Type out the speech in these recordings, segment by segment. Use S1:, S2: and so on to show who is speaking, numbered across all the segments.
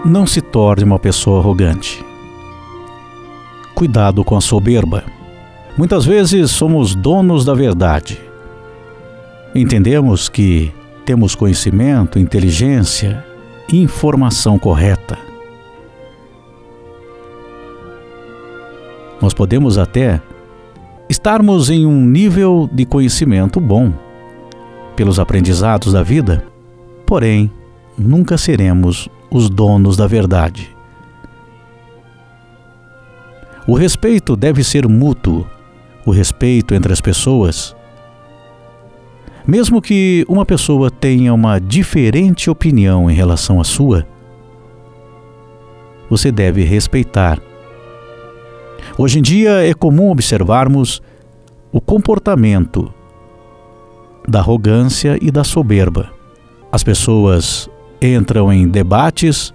S1: Não se torne uma pessoa arrogante. Cuidado com a soberba. Muitas vezes somos donos da verdade. Entendemos que temos conhecimento, inteligência e informação correta. Nós podemos até estarmos em um nível de conhecimento bom pelos aprendizados da vida, porém, nunca seremos os donos da verdade. O respeito deve ser mútuo, o respeito entre as pessoas. Mesmo que uma pessoa tenha uma diferente opinião em relação à sua, você deve respeitar. Hoje em dia é comum observarmos o comportamento da arrogância e da soberba. As pessoas entram em debates,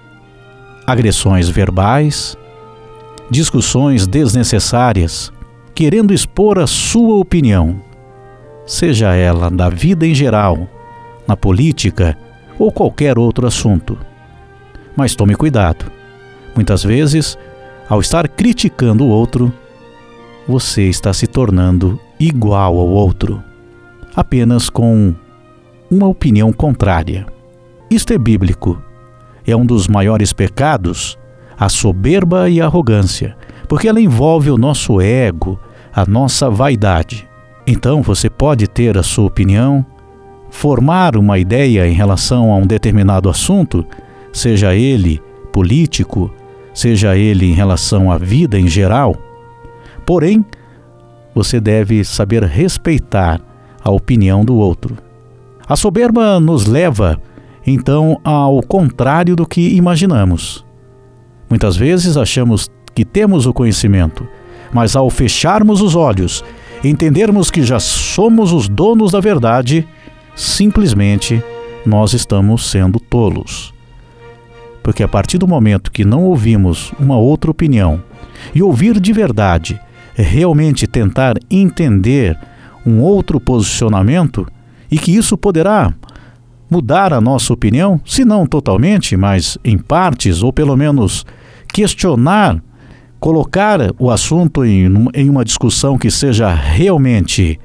S1: agressões verbais, discussões desnecessárias, querendo expor a sua opinião, seja ela da vida em geral, na política ou qualquer outro assunto. Mas tome cuidado. Muitas vezes, ao estar criticando o outro, você está se tornando igual ao outro, apenas com uma opinião contrária. Isto é bíblico. É um dos maiores pecados, a soberba e a arrogância, porque ela envolve o nosso ego, a nossa vaidade. Então você pode ter a sua opinião, formar uma ideia em relação a um determinado assunto, seja ele político, seja ele em relação à vida em geral. Porém, você deve saber respeitar a opinião do outro. A soberba nos leva, então, ao contrário do que imaginamos. Muitas vezes achamos que temos o conhecimento, mas ao fecharmos os olhos, entendermos que já somos os donos da verdade, simplesmente nós estamos sendo tolos. Porque a partir do momento que não ouvimos uma outra opinião e ouvir de verdade, realmente tentar entender um outro posicionamento, e que isso poderá mudar a nossa opinião, se não totalmente, mas em partes, ou pelo menos questionar, colocar o assunto em uma discussão que seja realmente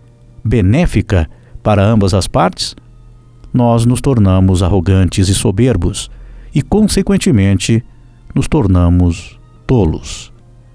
S1: benéfica para ambas as partes, nós nos tornamos arrogantes e soberbos e, consequentemente, nos tornamos tolos.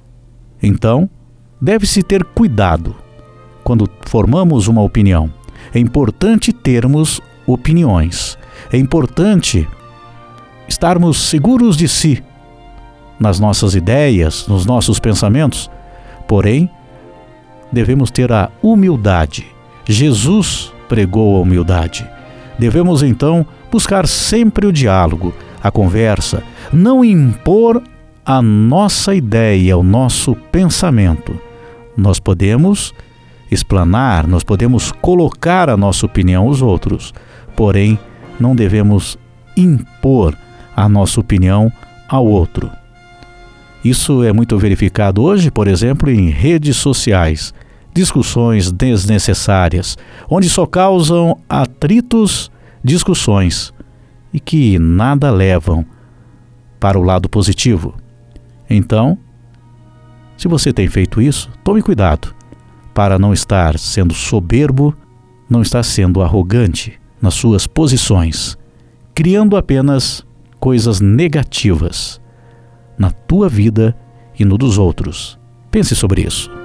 S1: Então, deve-se ter cuidado quando formamos uma opinião. É importante termos opiniões. É importante estarmos seguros de si, nas nossas ideias, nos nossos pensamentos. Porém, devemos ter a humildade. Jesus pregou a humildade. Devemos, então, buscar sempre o diálogo, a conversa, não impor a nossa ideia, o nosso pensamento. Nós podemos explanar, nós podemos colocar a nossa opinião aos outros, porém, não devemos impor a nossa opinião ao outro. Isso é muito verificado hoje, por exemplo, em redes sociais, discussões desnecessárias, onde só causam atritos, discussões, e que nada levam para o lado positivo. Então, se você tem feito isso, tome cuidado para não estar sendo soberbo, não estar sendo arrogante nas suas posições, criando apenas coisas negativas na tua vida e no dos outros. Pense sobre isso.